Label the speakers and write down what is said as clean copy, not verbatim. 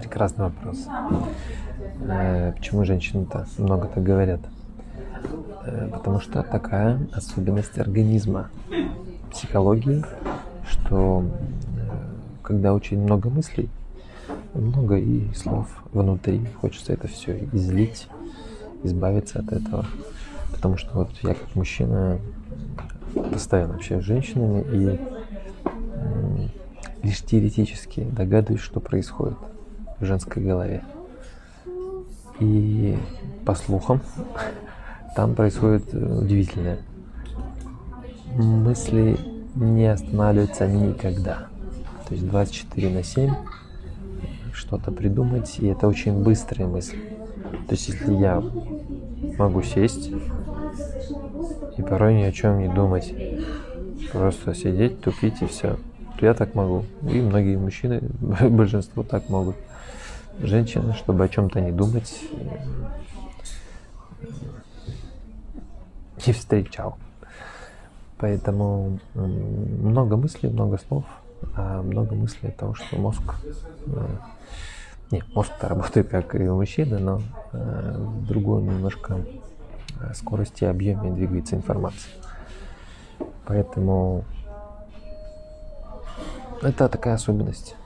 Speaker 1: Прекрасный вопрос. Почему женщины-то много так говорят? Потому что такая особенность организма, психологии, что когда очень много мыслей, много и слов внутри, хочется это все излить, избавиться от этого. Потому что вот я как мужчина постоянно общаюсь с женщинами и лишь теоретически догадываюсь, что происходит в женской голове. И по слухам там происходит удивительное. Мысли не останавливаются никогда. То есть 24/7 что-то придумать, и это очень быстрые мысли. То есть если я могу сесть и порой ни о чем не думать, просто сидеть, тупить и все, то я так могу. И многие мужчины, большинство так могут. Женщины, чтобы о чем-то не думать, не встречал. Поэтому много мыслей, много слов, а много мыслей от того, что мозг... мозг-то работает как и у мужчины, но в другой немножко скорости и объеме двигается информация. Поэтому это такая особенность.